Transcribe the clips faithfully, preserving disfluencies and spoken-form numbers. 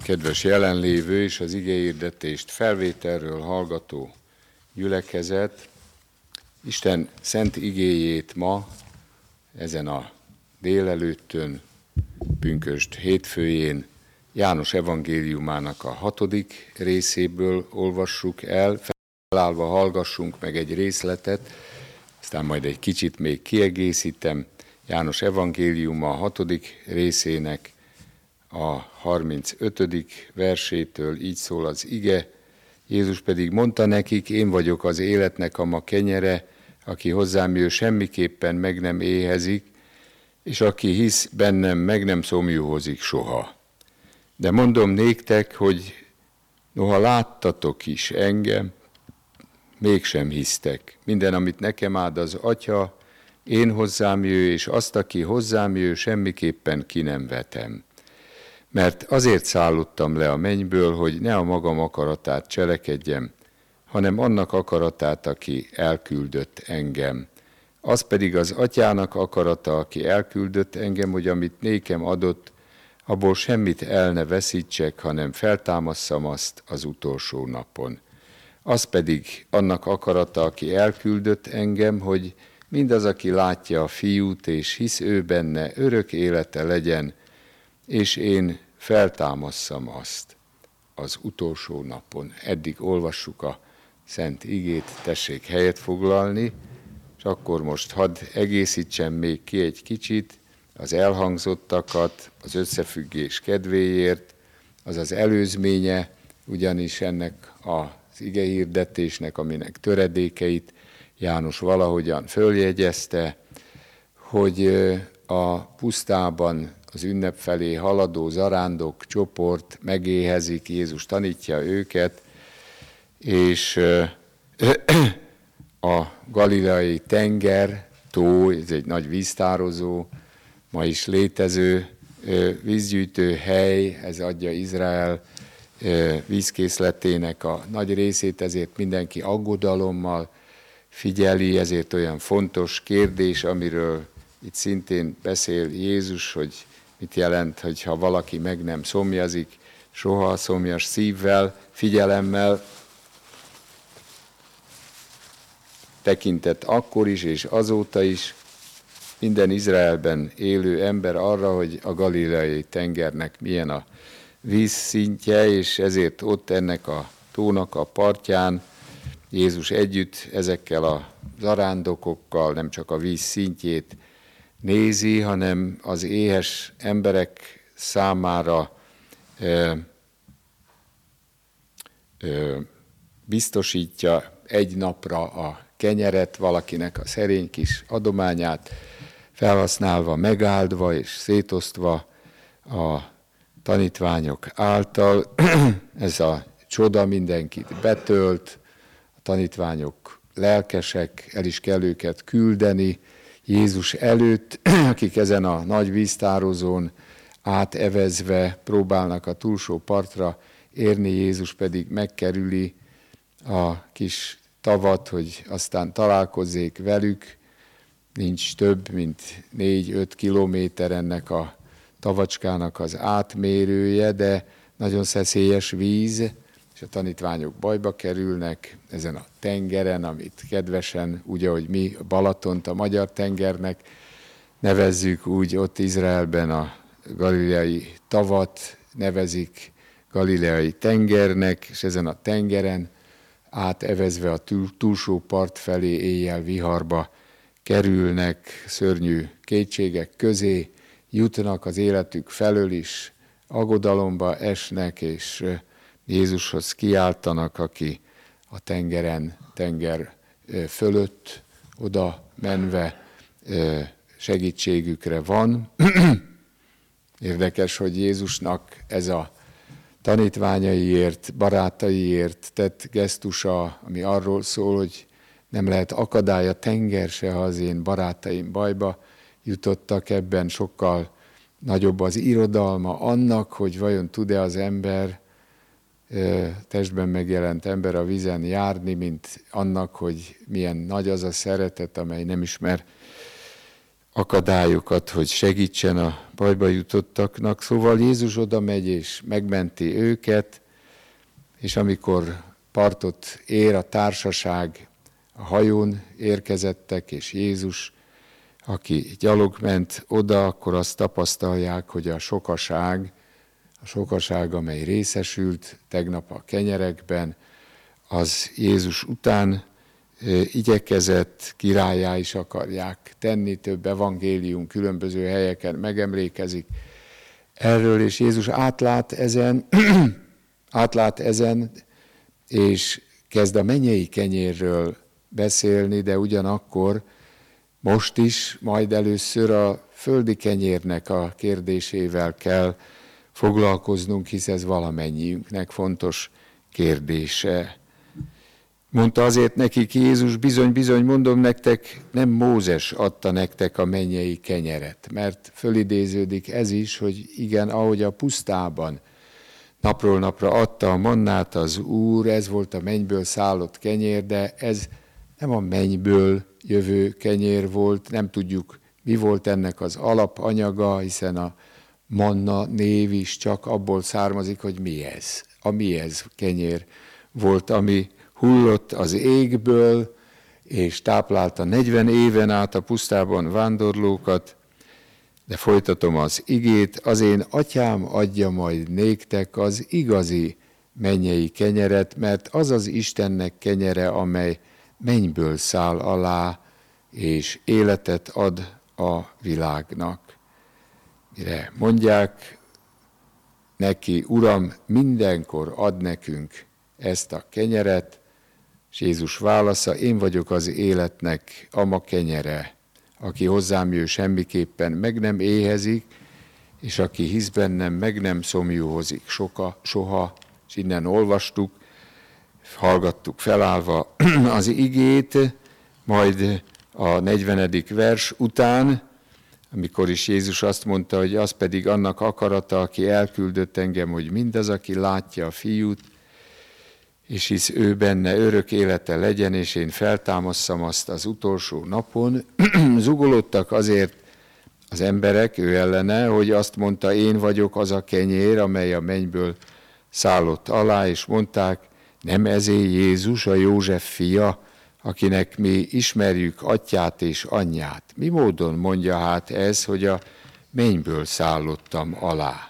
Kedves jelenlévő és az igehirdetés felvételről hallgató gyülekezet, Isten szent igéjét ma, ezen a délelőttön, pünkösd hétfőjén János evangéliumának a hatodik részéből olvassuk el, felállva hallgassunk meg egy részletet, aztán majd egy kicsit még kiegészítem. János evangéliuma a hatodik részének a harmincötödik versétől így szól az ige. Jézus pedig mondta nekik: én vagyok az életnek a ma kenyere, aki hozzám jön, semmiképpen meg nem éhezik, és aki hisz bennem, meg nem szomjúhozik soha. De mondom néktek, hogy noha láttatok is engem, mégsem hisztek. Minden, amit nekem ad az Atya, én hozzám jön, és azt, aki hozzám jön, semmiképpen ki nem vetem. Mert azért szállottam le a mennyből, hogy ne a magam akaratát cselekedjem, hanem annak akaratát, aki elküldött engem. Az pedig az Atyának akarata, aki elküldött engem, hogy amit nékem adott, abból semmit el ne veszítsek, hanem feltámasszam azt az utolsó napon. Az pedig annak akarata, aki elküldött engem, hogy mindaz, aki látja a Fiút, és hisz ő benne, örök élete legyen, és én feltámasszam azt az utolsó napon. Eddig olvassuk a szent igét, tessék helyet foglalni, és akkor most hadd egészítsem még ki egy kicsit az elhangzottakat az összefüggés kedvéért. Az az előzménye ugyanis ennek az igehirdetésnek, aminek töredékeit János valahogyan följegyezte, hogy a pusztában az ünnep felé haladó zarándok csoport megéhezik, Jézus tanítja őket, és a galileai tenger, tó, ez egy nagy víztározó, ma is létező vízgyűjtő hely, ez adja Izrael vízkészletének a nagy részét, ezért mindenki aggodalommal figyeli, ezért olyan fontos kérdés, amiről itt szintén beszél Jézus, hogy mit jelent, hogyha valaki meg nem szomjazik, soha szomjas szívvel, figyelemmel tekintett akkor is és azóta is minden Izraelben élő ember arra, hogy a galileai tengernek milyen a vízszintje, és ezért ott ennek a tónak a partján Jézus együtt ezekkel a zarándokokkal nem csak a víz szintjét nézi, hanem az éhes emberek számára ö, ö, biztosítja egy napra a kenyeret, valakinek a szerény kis adományát felhasználva, megáldva és szétosztva a tanítványok által. Ez a csoda mindenkit betölt, a tanítványok lelkesek, el is kell őket küldeni Jézus előtt, akik ezen a nagy víztározón átevezve próbálnak a túlsó partra érni, Jézus pedig megkerüli a kis tavat, hogy aztán találkozzék velük. Nincs több, mint négy-öt kilométer ennek a tavacskának az átmérője, de nagyon szeszélyes víz, és a tanítványok bajba kerülnek ezen a tengeren, amit kedvesen, úgy, ahogy mi Balatont a magyar tengernek nevezzük, úgy ott Izraelben a galileai tavat nevezik galileai tengernek, és ezen a tengeren átevezve a túlsó part felé éjjel viharba kerülnek, szörnyű kétségek közé jutnak, az életük felől is aggodalomba esnek, és Jézushoz kiáltanak, aki a tengeren, tenger fölött oda menve segítségükre van. Érdekes, hogy Jézusnak ez a tanítványaiért, barátaiért tett gesztusa, ami arról szól, hogy nem lehet akadály a tenger se, ha az én barátaim bajba jutottak, ebben sokkal nagyobb az irodalma annak, hogy vajon tud-e az ember, testben megjelent ember a vízen járni, mint annak, hogy milyen nagy az a szeretet, amely nem ismer akadályokat, hogy segítsen a bajba jutottaknak. Szóval Jézus oda megy és megmenti őket, és amikor partot ér a társaság, a hajón érkezettek, és Jézus, aki gyalog ment oda, akkor azt tapasztalják, hogy a sokaság, a sokaság, amely részesült tegnap a kenyerekben, az Jézus után igyekezett, királlyá is akarják tenni, több evangélium különböző helyeken megemlékezik erről, és Jézus átlát ezen, átlát ezen, és kezd a mennyei kenyérről beszélni, de ugyanakkor most is, majd először a földi kenyérnek a kérdésével kell foglalkoznunk, hisz ez valamennyiünknek fontos kérdése. Mondta azért nekik Jézus, bizony-bizony mondom nektek, nem Mózes adta nektek a mennyei kenyeret, mert fölidéződik ez is, hogy igen, ahogy a pusztában napról napra adta a mannát az Úr, ez volt a mennyből szállott kenyér, de ez nem a mennyből jövő kenyér volt, nem tudjuk, mi volt ennek az alapanyaga, hiszen a manna név is csak abból származik, hogy mi ez. A mi ez kenyér volt, ami hullott az égből, és táplálta negyven éven át a pusztában vándorlókat, de folytatom az igét, az én atyám adja majd néktek az igazi mennyei kenyeret, mert az az Istennek kenyere, amely mennyből száll alá, és életet ad a világnak. Mire mondják neki, Uram, mindenkor ad nekünk ezt a kenyeret, és Jézus válasza, én vagyok az életnek a ma kenyere, aki hozzám jő, semmiképpen meg nem éhezik, és aki hisz bennem, meg nem szomjúhozik soka, soha, és innen olvastuk, hallgattuk felállva az igét, majd a negyvenedik vers után, amikor is Jézus azt mondta, hogy az pedig annak akarata, aki elküldött engem, hogy mindaz, aki látja a fiút, és hisz ő benne örök élete legyen, és én feltámasszam azt az utolsó napon. Zugolódtak azért az emberek ő ellene, hogy azt mondta, én vagyok az a kenyér, amely a mennyből szállott alá, és mondták, nem ezé Jézus, a József fia, akinek mi ismerjük atyát és anyját. Mi módon mondja hát ez, hogy a mennyből szállottam alá?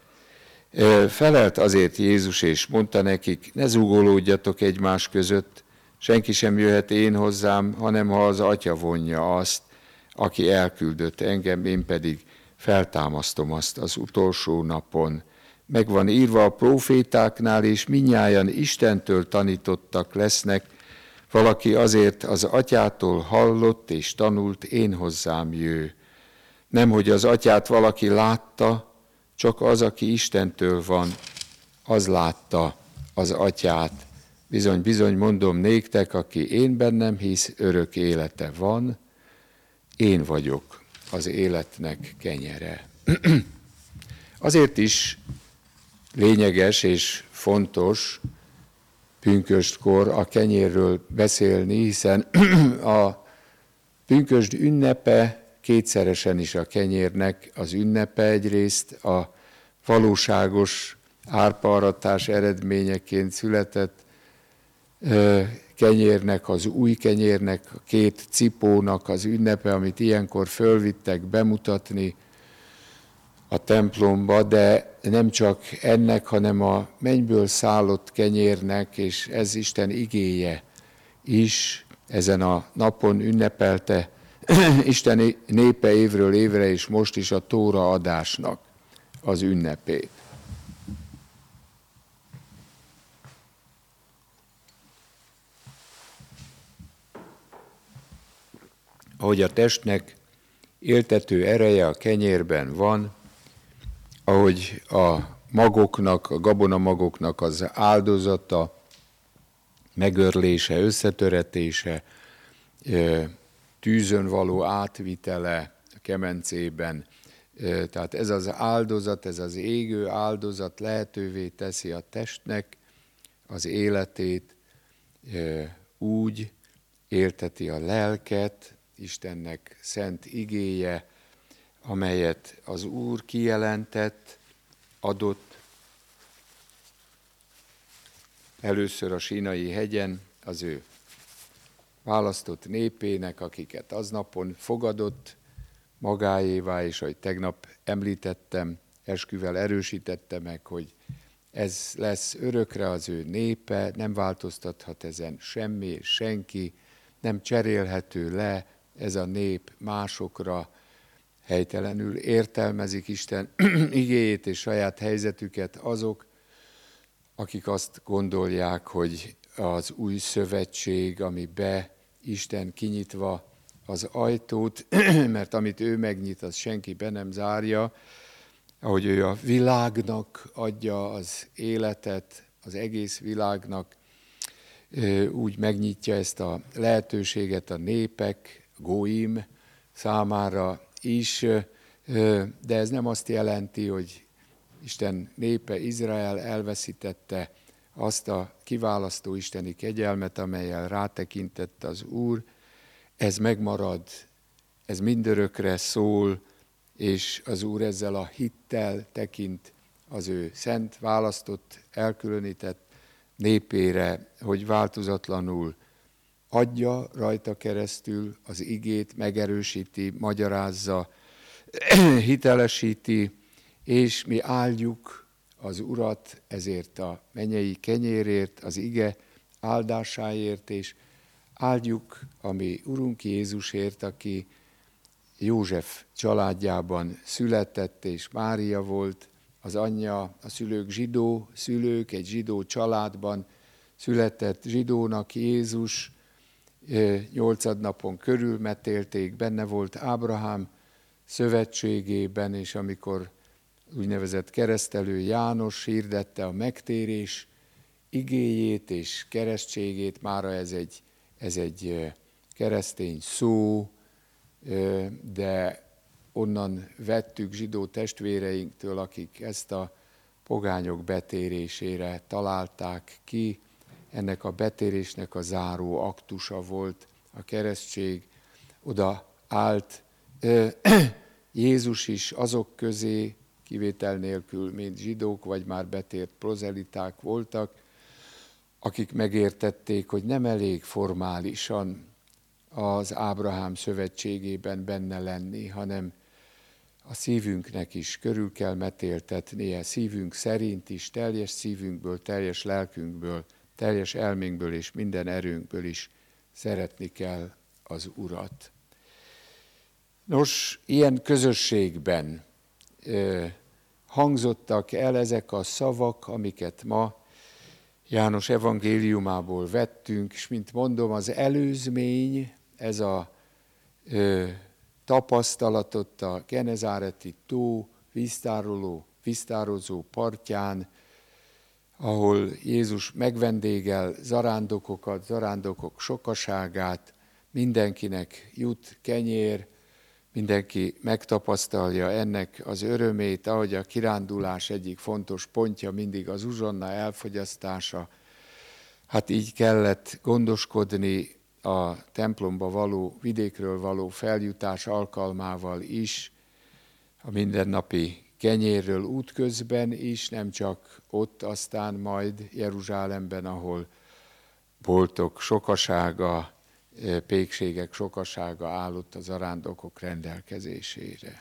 Felelt azért Jézus, és mondta nekik, ne zúgolódjatok egymás között, senki sem jöhet én hozzám, hanem ha az Atya vonja azt, aki elküldött engem, én pedig feltámasztom azt az utolsó napon. Meg van írva a prófétáknál, és mindnyájan Istentől tanítottak lesznek, valaki azért az Atyától hallott és tanult, én hozzám jő. Nem, hogy az Atyát valaki látta, csak az, aki Istentől van, az látta az Atyát. Bizony, bizony mondom néktek, aki én bennem hisz, örök élete van, én vagyok az életnek kenyere. Azért is lényeges és fontos pünköstkor a kenyérről beszélni, hiszen a pünkösd ünnepe kétszeresen is a kenyérnek az ünnepe, egyrészt a valóságos árpaaratás eredményeként született kenyérnek, az új kenyérnek, a két cipónak az ünnepe, amit ilyenkor fölvittek bemutatni a templomba, de nem csak ennek, hanem a mennyből szállott kenyérnek, és ez Isten igéje is ezen a napon ünnepelte Isten népe évről évre, és most is a tóra adásnak az ünnepét. Ahogy a testnek éltető ereje a kenyérben van, ahogy a magoknak, a gabonamagoknak az áldozata, megörlése, összetöretése, tűzön való átvitele a kemencében, tehát ez az áldozat, ez az égő áldozat lehetővé teszi a testnek az életét, úgy élteti a lelket, Istennek szent igéje, amelyet az Úr kijelentett, adott először a Sínai hegyen az ő választott népének, akiket aznapon fogadott magáévá, és ahogy tegnap említettem, esküvel erősítette meg, hogy ez lesz örökre az ő népe, nem változtathat ezen semmi és senki, nem cserélhető le ez a nép másokra, helytelenül értelmezik Isten igéjét és saját helyzetüket azok, akik azt gondolják, hogy az új szövetség, amibe Isten kinyitva az ajtót, mert amit ő megnyit, az senki be nem zárja, ahogy ő a világnak adja az életet, az egész világnak, úgy megnyitja ezt a lehetőséget a népek, góim számára is, de ez nem azt jelenti, hogy Isten népe Izrael elveszítette azt a kiválasztó isteni kegyelmet, amellyel rátekintett az Úr, ez megmarad, ez mindörökre szól, és az Úr ezzel a hittel tekint az ő szent, választott, elkülönített népére, hogy változatlanul adja rajta keresztül az igét, megerősíti, magyarázza, hitelesíti, és mi áldjuk az Urat ezért a mennyei kenyérért, az ige áldásáért, és áldjuk a mi Urunk Jézusért, aki József családjában született, és Mária volt az anyja, a szülők zsidó szülők, egy zsidó családban született zsidónak Jézus, nyolcadnapon körül metélték, benne volt Ábrahám szövetségében, és amikor úgynevezett keresztelő János hirdette a megtérés igéjét és keresztségét, mára ez egy, ez egy keresztény szó, de onnan vettük zsidó testvéreinktől, akik ezt a pogányok betérésére találták ki. Ennek a betérésnek a záró aktusa volt a keresztség. Oda állt Jézus is azok közé, kivétel nélkül, mint zsidók, vagy már betért prozeliták voltak, akik megértették, hogy nem elég formálisan az Ábrahám szövetségében benne lenni, hanem a szívünknek is körül kell metéltetnie, szívünk szerint is, teljes szívünkből, teljes lelkünkből, teljes elménkből és minden erőnkből is szeretni kell az Urat. Nos, ilyen közösségben eh, hangzottak el ezek a szavak, amiket ma János evangéliumából vettünk, és mint mondom, az előzmény, ez a ö, tapasztalatot a Genezáreti tó víztároló, víztározó partján, ahol Jézus megvendégel zarándokokat, zarándokok sokaságát, mindenkinek jut kenyér, mindenki megtapasztalja ennek az örömét, ahogy a kirándulás egyik fontos pontja mindig az uzsonna elfogyasztása. Hát így kellett gondoskodni a templomba való, vidékről való feljutás alkalmával is, a mindennapi kenyérről útközben is, nem csak ott, aztán majd Jeruzsálemben, ahol boltok sokasága, pékségek sokasága állott az zarándokok rendelkezésére.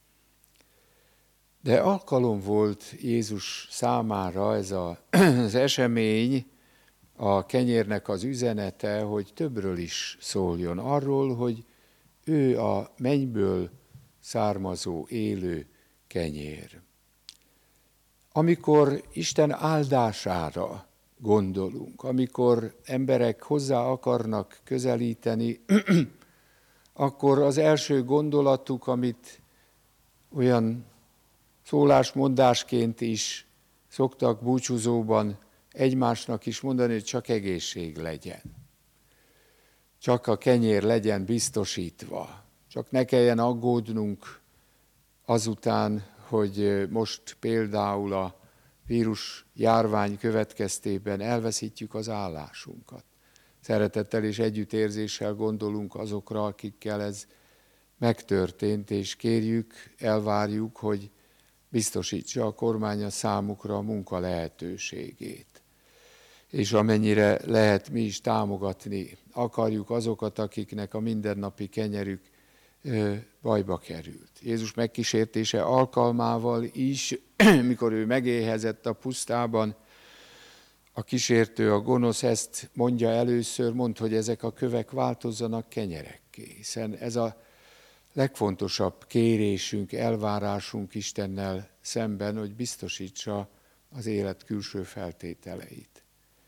De alkalom volt Jézus számára ez a, az esemény, a kenyérnek az üzenete, hogy többről is szóljon. Arról, hogy ő a mennyből származó élő kenyér. Amikor Isten áldására gondolunk, amikor emberek hozzá akarnak közelíteni, akkor az első gondolatuk, amit olyan szólásmondásként is szoktak búcsúzóban egymásnak is mondani, hogy csak egészség legyen. Csak a kenyér legyen biztosítva. Csak ne kelljen aggódnunk azután, hogy most például a vírus járvány következtében elveszítjük az állásunkat. szeretettel és együttérzéssel gondolunk azokra, akikkel ez megtörtént, és kérjük, elvárjuk, hogy biztosítsa a kormány a számukra a munka lehetőségét. És amennyire lehet, mi is támogatni akarjuk azokat, akiknek a mindennapi kenyerük ö, bajba került. Jézus megkísértése alkalmával is, mikor ő megéhezett a pusztában, a kísértő, a gonosz ezt mondja először, mond, hogy ezek a kövek változzanak kenyerekké, hiszen ez a legfontosabb kérésünk, elvárásunk Istennel szemben, hogy biztosítsa az élet külső feltételeit.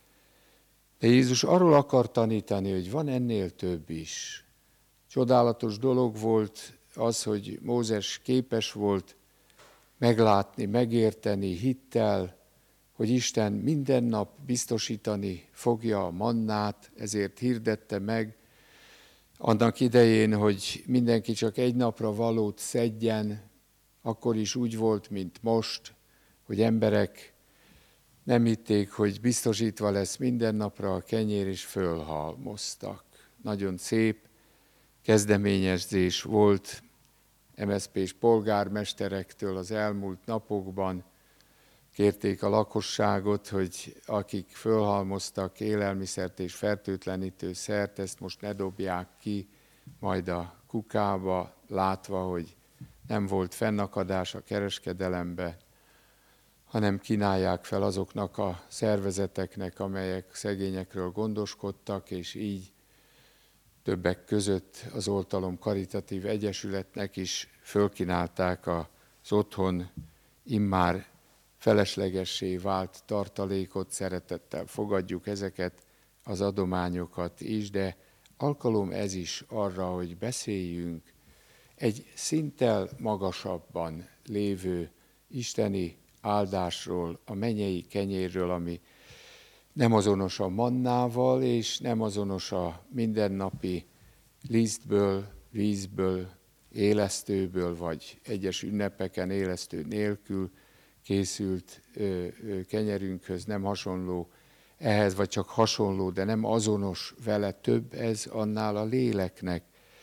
De Jézus arról akar tanítani, hogy van ennél több is. Csodálatos dolog volt az, hogy Mózes képes volt meglátni, megérteni hittel, hogy Isten minden nap biztosítani fogja a mannát, ezért hirdette meg annak idején, hogy mindenki csak egy napra valót szedjen, akkor is úgy volt, mint most, hogy emberek nem hitték, hogy biztosítva lesz minden napra a kenyér, és fölhalmoztak. Nagyon szép kezdeményezés volt em es zé pés polgármesterektől az elmúlt napokban. Kérték a lakosságot, hogy akik fölhalmoztak élelmiszert és fertőtlenítő szert, ezt most ne dobják ki majd a kukába, látva, hogy nem volt fennakadás a kereskedelembe, hanem kínálják fel azoknak a szervezeteknek, amelyek szegényekről gondoskodtak, és így többek között az Oltalom Karitatív Egyesületnek is fölkínálták az otthon immár feleslegessé vált tartalékot, szeretettel fogadjuk ezeket az adományokat is, de alkalom ez is arra, hogy beszéljünk egy szinttel magasabban lévő isteni áldásról, a mennyei kenyérről, ami nem azonos a mannával, és nem azonos a mindennapi lisztből, vízből, élesztőből, vagy egyes ünnepeken élesztő nélkül készült ö, ö, kenyerünkhöz, nem hasonló ehhez, vagy csak hasonló, de nem azonos vele, több, ez annál a léleknek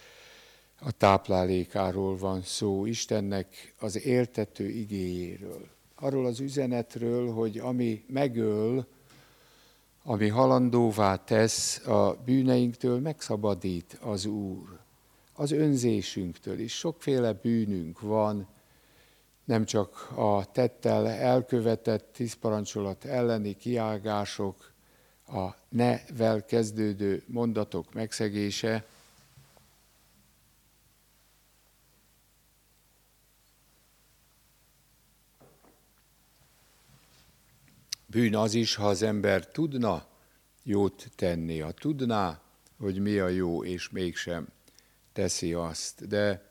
a táplálékáról van szó, Istennek az éltető igéjéről. Arról az üzenetről, hogy ami megöl, ami halandóvá tesz a bűneinktől, megszabadít az Úr. Az önzésünktől is sokféle bűnünk van, nem csak a tettel elkövetett tíz parancsolat elleni kiágások, a ne-vel kezdődő mondatok megszegése, bűn az is, ha az ember tudna jót tenni, ha tudná, hogy mi a jó, és mégsem teszi azt. De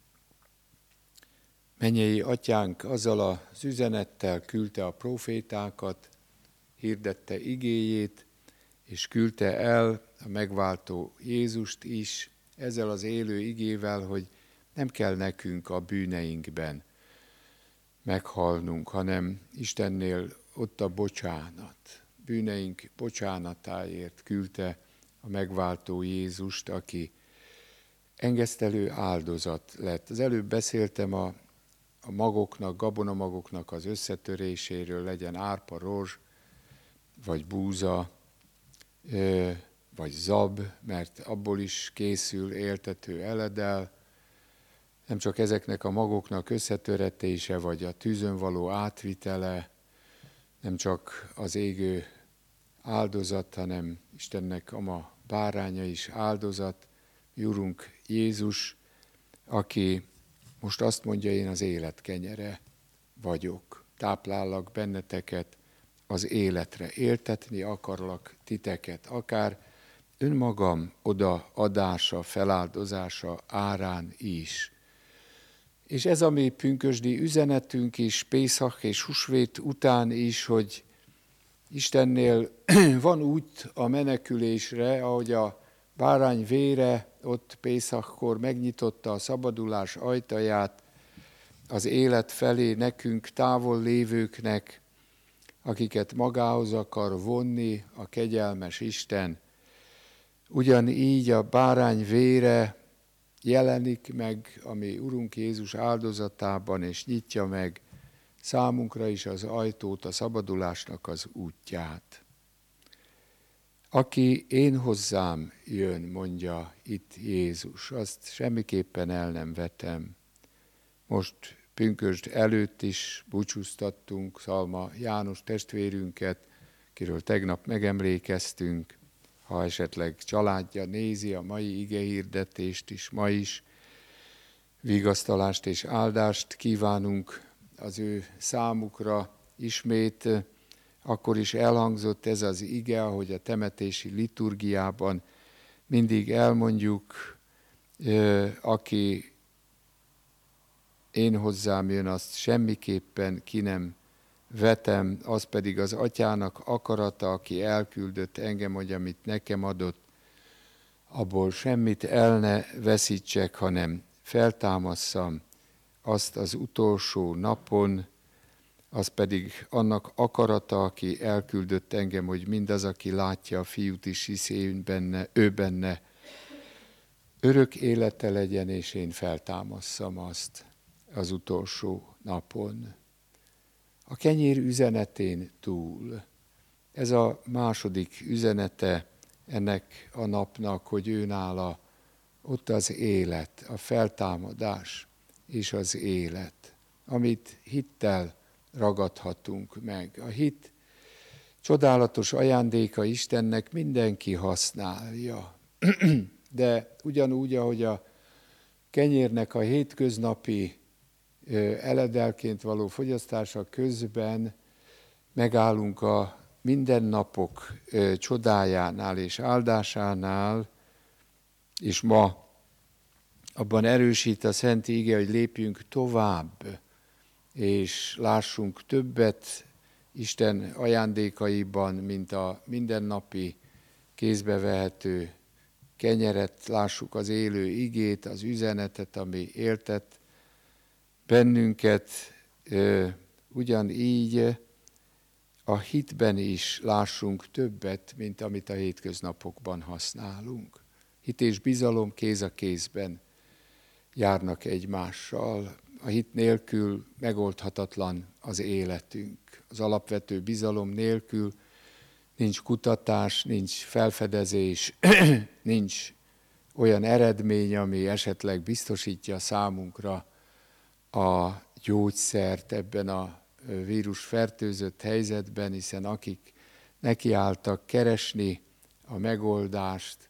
mennyei atyánk azzal az üzenettel küldte a profétákat, hirdette igéjét, és küldte el a megváltó Jézust is, ezzel az élő igével, hogy nem kell nekünk a bűneinkben meghalnunk, hanem Istennél ott a bocsánat. Bűneink bocsánatáért küldte a megváltó Jézust, aki engesztelő áldozat lett. Az előbb beszéltem a, a magoknak, gabonamagoknak az összetöréséről, legyen árpa, rozs, vagy búza, vagy zab, mert abból is készül éltető eledel. Nem csak ezeknek a magoknak összetöretése, vagy a tűzön való átvitele, nem csak az égő áldozat, hanem Istennek ama báránya is áldozat, mi Urunk Jézus, aki most azt mondja, én az élet kenyere vagyok, táplállak benneteket az életre, éltetni akarlak titeket, akár önmagam odaadása, feláldozása árán is. És ez a mi pünkösdi üzenetünk is, Pészak és Húsvét után is, hogy Istennél van út a menekülésre, ahogy a bárány vére ott Pészakkor megnyitotta a szabadulás ajtaját az élet felé nekünk távol lévőknek, akiket magához akar vonni a kegyelmes Isten. Ugyanígy a bárány vére jelenik meg, ami Urunk Jézus áldozatában, és nyitja meg számunkra is az ajtót, a szabadulásnak az útját. Aki én hozzám jön, mondja itt Jézus, azt semmiképpen el nem vetem. Most pünkösd előtt is búcsúztattunk Szalma János testvérünket, kiről tegnap megemlékeztünk. Ha esetleg családja nézi a mai igehirdetést is, ma is vigasztalást és áldást kívánunk az ő számukra ismét. Akkor is elhangzott ez az ige, ahogy a temetési liturgiában mindig elmondjuk, aki én hozzám jön, azt semmiképpen ki nem vetem, az pedig az atyának akarata, aki elküldött engem, hogy amit nekem adott, abból semmit el ne veszítsek, hanem feltámasszam azt az utolsó napon, az pedig annak akarata, aki elküldött engem, hogy mindaz, aki látja a fiút is, hisz én benne, ő benne, örök élete legyen, és én feltámasszam azt az utolsó napon. A kenyér üzenetén túl. Ez a második üzenete ennek a napnak, hogy ő nála ott az élet, a feltámadás és az élet, amit hittel ragadhatunk meg. A hit csodálatos ajándéka Istennek, mindenki használja. De ugyanúgy, ahogy a kenyérnek a hétköznapi eledelként való fogyasztása közben megállunk a mindennapok csodájánál és áldásánál, és ma abban erősít a Szent Íge, hogy lépjünk tovább, és lássunk többet Isten ajándékaiban, mint a mindennapi kézbe vehető kenyeret, lássuk az élő igét, az üzenetet, ami éltet bennünket, ugyanígy a hitben is lássunk többet, mint amit a hétköznapokban használunk. Hit és bizalom kéz a kézben járnak egymással. A hit nélkül megoldhatatlan az életünk. Az alapvető bizalom nélkül nincs kutatás, nincs felfedezés, nincs olyan eredmény, ami esetleg biztosítja számunkra a gyógyszert ebben a vírusfertőzött helyzetben, hiszen akik nekiálltak keresni a megoldást,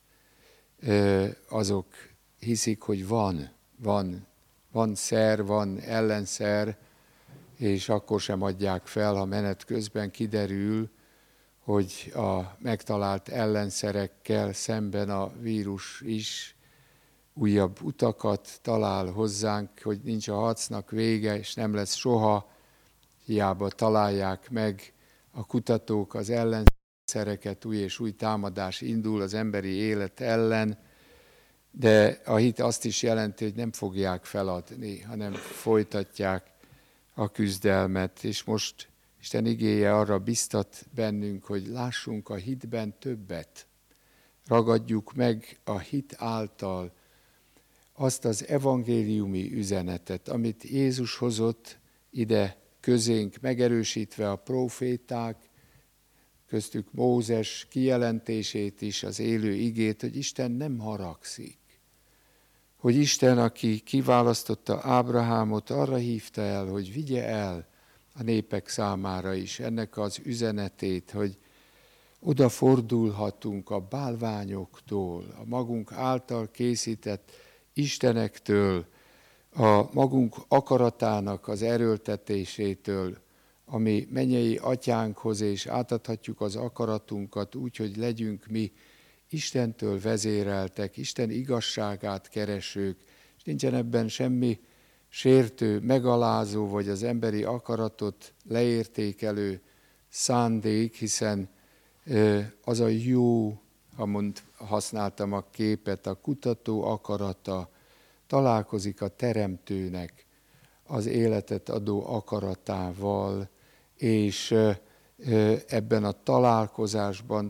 azok hiszik, hogy van, van, van szer, van ellenszer, és akkor sem adják fel, ha menet közben kiderül, hogy a megtalált ellenszerekkel szemben a vírus is újabb utakat talál hozzánk, hogy nincs a harcnak vége, és nem lesz soha, hiába találják meg a kutatók az ellenszereket, új és új támadás indul az emberi élet ellen, de a hit azt is jelenti, hogy nem fogják feladni, hanem folytatják a küzdelmet, és most Isten igéje arra biztat bennünk, hogy lássunk a hitben többet. Ragadjuk meg a hit által azt az evangéliumi üzenetet, amit Jézus hozott ide közénk, megerősítve a próféták, köztük Mózes kijelentését is, az élő igét, hogy Isten nem haragszik. Hogy Isten, aki kiválasztotta Ábrahámot, arra hívta el, hogy vigye el a népek számára is ennek az üzenetét, hogy odafordulhatunk a bálványoktól, a magunk által készített istenektől, a magunk akaratának az erőltetésétől, ami mennyei atyánkhoz, és átadhatjuk az akaratunkat úgy, hogy legyünk mi Istentől vezéreltek, Isten igazságát keresők, és nincsen ebben semmi sértő, megalázó, vagy az emberi akaratot leértékelő szándék, hiszen az a jó, ha mond, használtam a képet, a kutató akarata találkozik a teremtőnek az életet adó akaratával, és ebben a találkozásban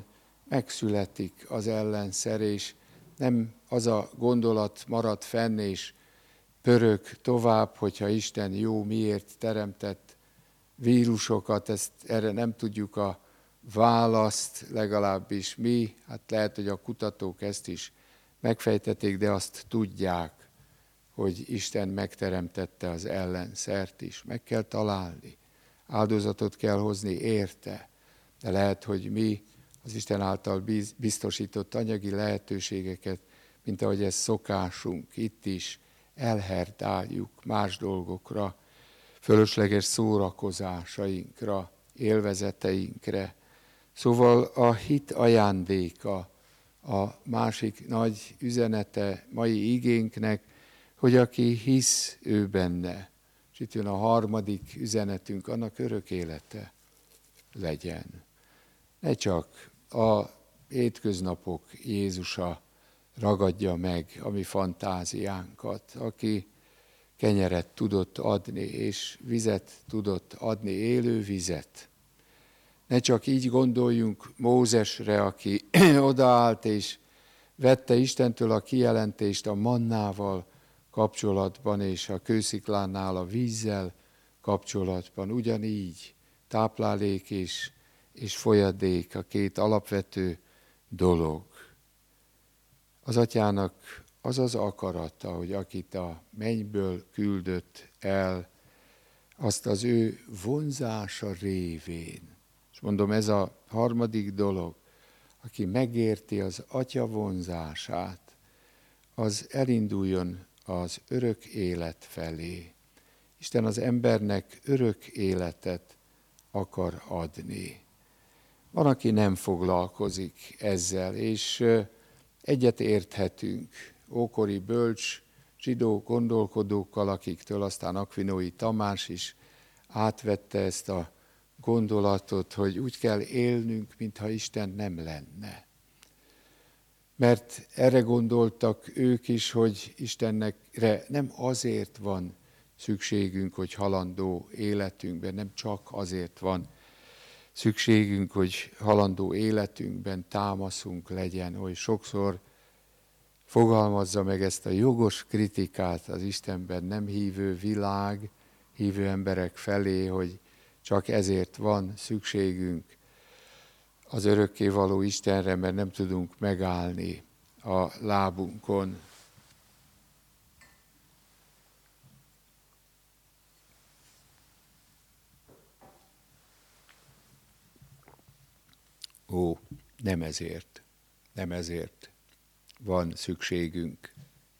megszületik az ellenszer, és nem az a gondolat marad fenn, és pörög tovább, hogyha Isten jó, miért teremtett vírusokat, ezt erre nem tudjuk a választ, legalábbis mi, hát lehet, hogy a kutatók ezt is megfejtették, de azt tudják, hogy Isten megteremtette az ellenszert is. Meg kell találni, áldozatot kell hozni érte, de lehet, hogy mi az Isten által biztosított anyagi lehetőségeket, mint ahogy ez szokásunk, itt is elherdáljuk más dolgokra, fölösleges szórakozásainkra, élvezeteinkre. Szóval a hit ajándéka, a másik nagy üzenete mai igénknek, hogy aki hisz, ő benne. És itt jön a harmadik üzenetünk, annak örök élete legyen. Ne csak a hétköznapok Jézusa ragadja meg a mi fantáziánkat, aki kenyeret tudott adni, és vizet tudott adni, élő vizet. Ne csak így gondoljunk Mózesre, aki odaállt és vette Istentől a kijelentést a mannával kapcsolatban, és a kősziklánál a vízzel kapcsolatban. Ugyanígy táplálék és, és folyadék a két alapvető dolog. Az Atyának az az akarata, hogy akit a mennyből küldött el, azt az ő vonzása révén. És mondom, ez a harmadik dolog, aki megérti az Atya vonzását, az elinduljon az örök élet felé. Isten az embernek örök életet akar adni. Van, aki nem foglalkozik ezzel, és egyet érthetünk ókori bölcs zsidó gondolkodókkal, akiktől aztán Akvinói Tamás is átvette ezt a gondolatot, hogy úgy kell élnünk, mintha Isten nem lenne. Mert erre gondoltak ők is, hogy Istennekre nem azért van szükségünk, hogy halandó életünkben, nem csak azért van szükségünk, hogy halandó életünkben támaszunk legyen, hogy sokszor fogalmazza meg ezt a jogos kritikát az Istenben nem hívő világ, hívő emberek felé, hogy csak ezért van szükségünk az örökkévaló Istenre, mert nem tudunk megállni a lábunkon. Ó, nem ezért, nem ezért van szükségünk,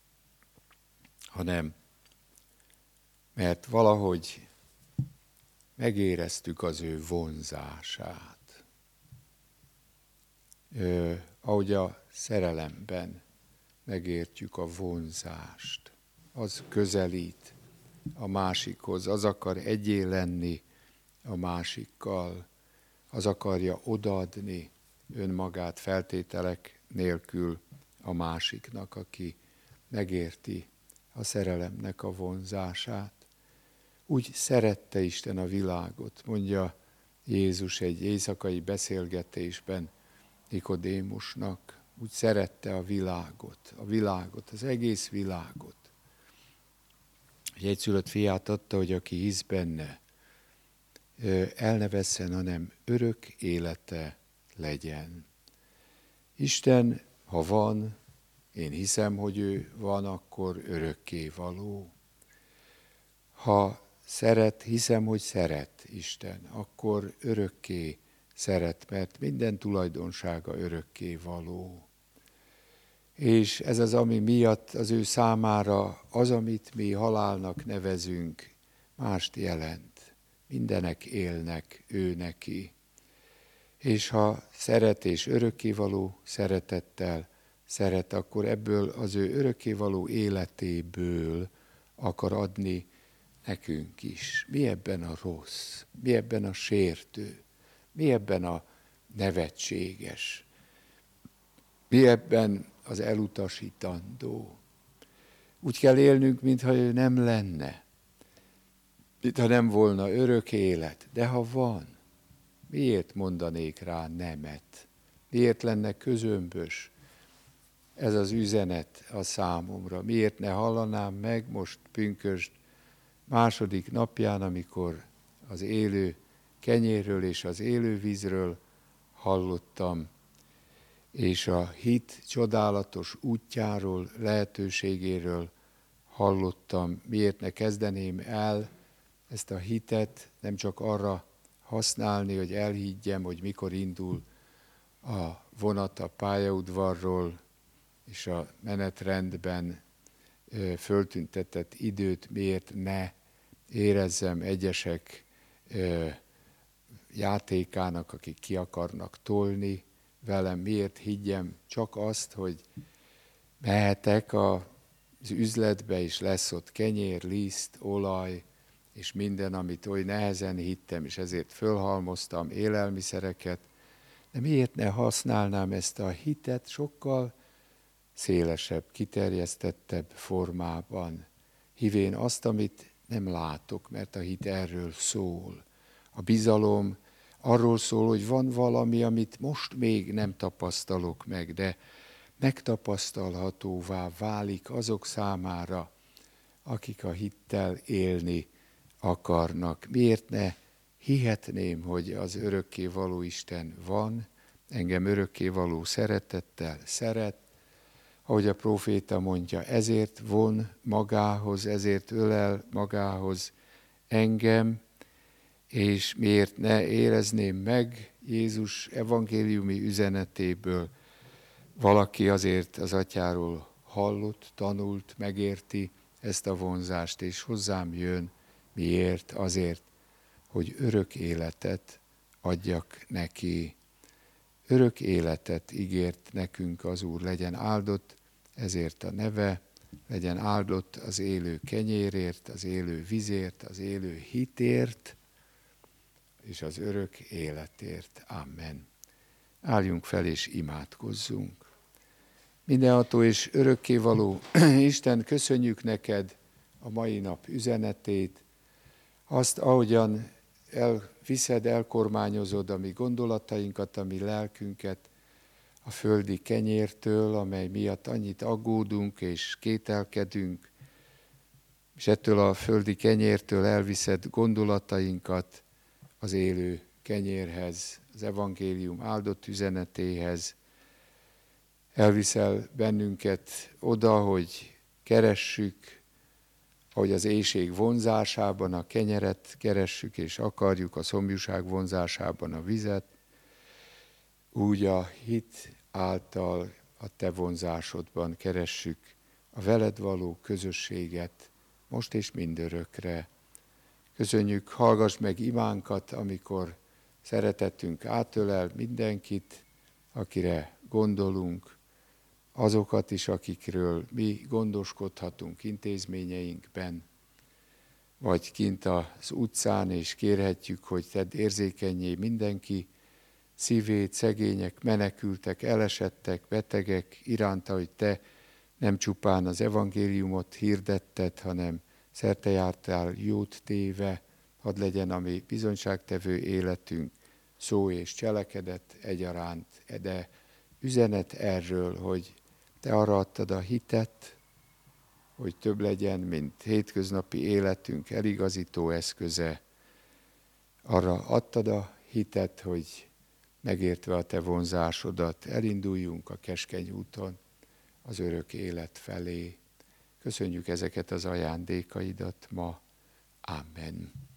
hanem mert valahogy megéreztük az ő vonzását. Ö, ahogy a szerelemben megértjük a vonzást, az közelít a másikhoz, az akar egyé lenni a másikkal, az akarja odaadni önmagát feltételek nélkül a másiknak, aki megérti a szerelemnek a vonzását. Úgy szerette Isten a világot, mondja Jézus egy éjszakai beszélgetésben Nikodémusnak, úgy szerette a világot, a világot, az egész világot. Egy egyszülött fiát adta, hogy aki hisz benne, el ne vesszen, hanem örök élete legyen. Isten, ha van, én hiszem, hogy ő van, akkor örökkévaló. Ha szeret, hiszem, hogy szeret Isten, akkor örökké szeret, mert minden tulajdonsága örökkévaló. És ez az, ami miatt az ő számára az, amit mi halálnak nevezünk, mást jelent. Mindenek élnek ő neki. És ha szeret és örökkévaló szeretettel szeret, akkor ebből az ő örökkévaló életéből akar adni nekünk is. Mi ebben a rossz? Mi ebben a sértő? Mi ebben a nevetséges? Mi ebben az elutasítandó? Úgy kell élnünk, mintha ő nem lenne. Mintha nem volna örök élet. De ha van, miért mondanék rá nemet? Miért lenne közömbös ez az üzenet a számomra? Miért ne hallanám meg most pünkösd második napján, amikor az élő kenyérről és az élő vízről hallottam, és a hit csodálatos útjáról, lehetőségéről hallottam. Miért ne kezdeném el ezt a hitet nem csak arra használni, hogy elhiggyem, hogy mikor indul a vonat a pályaudvarról, és a menetrendben ö, föltüntetett időt miért ne érezzem egyesek ö, játékának, akik ki akarnak tolni velem, miért higgyem csak azt, hogy mehetek az üzletbe, és lesz ott kenyér, liszt, olaj, és minden, amit oly nehezen hittem, és ezért fölhalmoztam élelmiszereket, de miért ne használnám ezt a hitet sokkal szélesebb, kiterjesztettebb formában, hívén azt, amit nem látok, mert a hit erről szól. A bizalom arról szól, hogy van valami, amit most még nem tapasztalok meg, de megtapasztalhatóvá válik azok számára, akik a hittel élni akarnak. Miért ne hihetném, hogy az örökkévaló Isten van, engem örökkévaló szeretettel szeret, ahogy a próféta mondja, ezért von magához, ezért ölel magához engem, és miért ne érezném meg Jézus evangéliumi üzenetéből, valaki azért az atyáról hallott, tanult, megérti ezt a vonzást, és hozzám jön. Miért? Azért, hogy örök életet adjak neki. Örök életet ígért nekünk az Úr, legyen áldott ezért a neve, legyen áldott az élő kenyérért, az élő vízért, az élő hitért, és az örök életért. Amen. Álljunk fel és imádkozzunk. Mindenható és örökkévaló Isten, köszönjük neked a mai nap üzenetét, azt, ahogyan elviszed, elkormányozod a mi gondolatainkat, a mi lelkünket a földi kenyértől, amely miatt annyit aggódunk és kételkedünk, és ettől a földi kenyértől elviszed gondolatainkat az élő kenyérhez, az evangélium áldott üzenetéhez. Elviszel bennünket oda, hogy keressük, ahogy az éhség vonzásában a kenyeret keressük, és akarjuk a szomjúság vonzásában a vizet, úgy a hit által a te vonzásodban keressük a veled való közösséget, most és mindörökre. Köszönjük, hallgass meg imánkat, amikor szeretettünk átölel mindenkit, akire gondolunk, azokat is, akikről mi gondoskodhatunk intézményeinkben, vagy kint az utcán, és kérhetjük, hogy tedd érzékenyé mindenki szívét, szegények, menekültek, elesettek, betegek iránta, hogy te nem csupán az evangéliumot hirdetted, hanem szerte jártál jót téve, hadd legyen a mi bizonyságtevő életünk, szó és cselekedet egyaránt, de üzenet erről, hogy te arra adtad a hitet, hogy több legyen, mint hétköznapi életünk eligazító eszköze. Arra adtad a hitet, hogy megértve a te vonzásodat, elinduljunk a keskeny úton az örök élet felé. Köszönjük ezeket az ajándékaidat ma. Amen.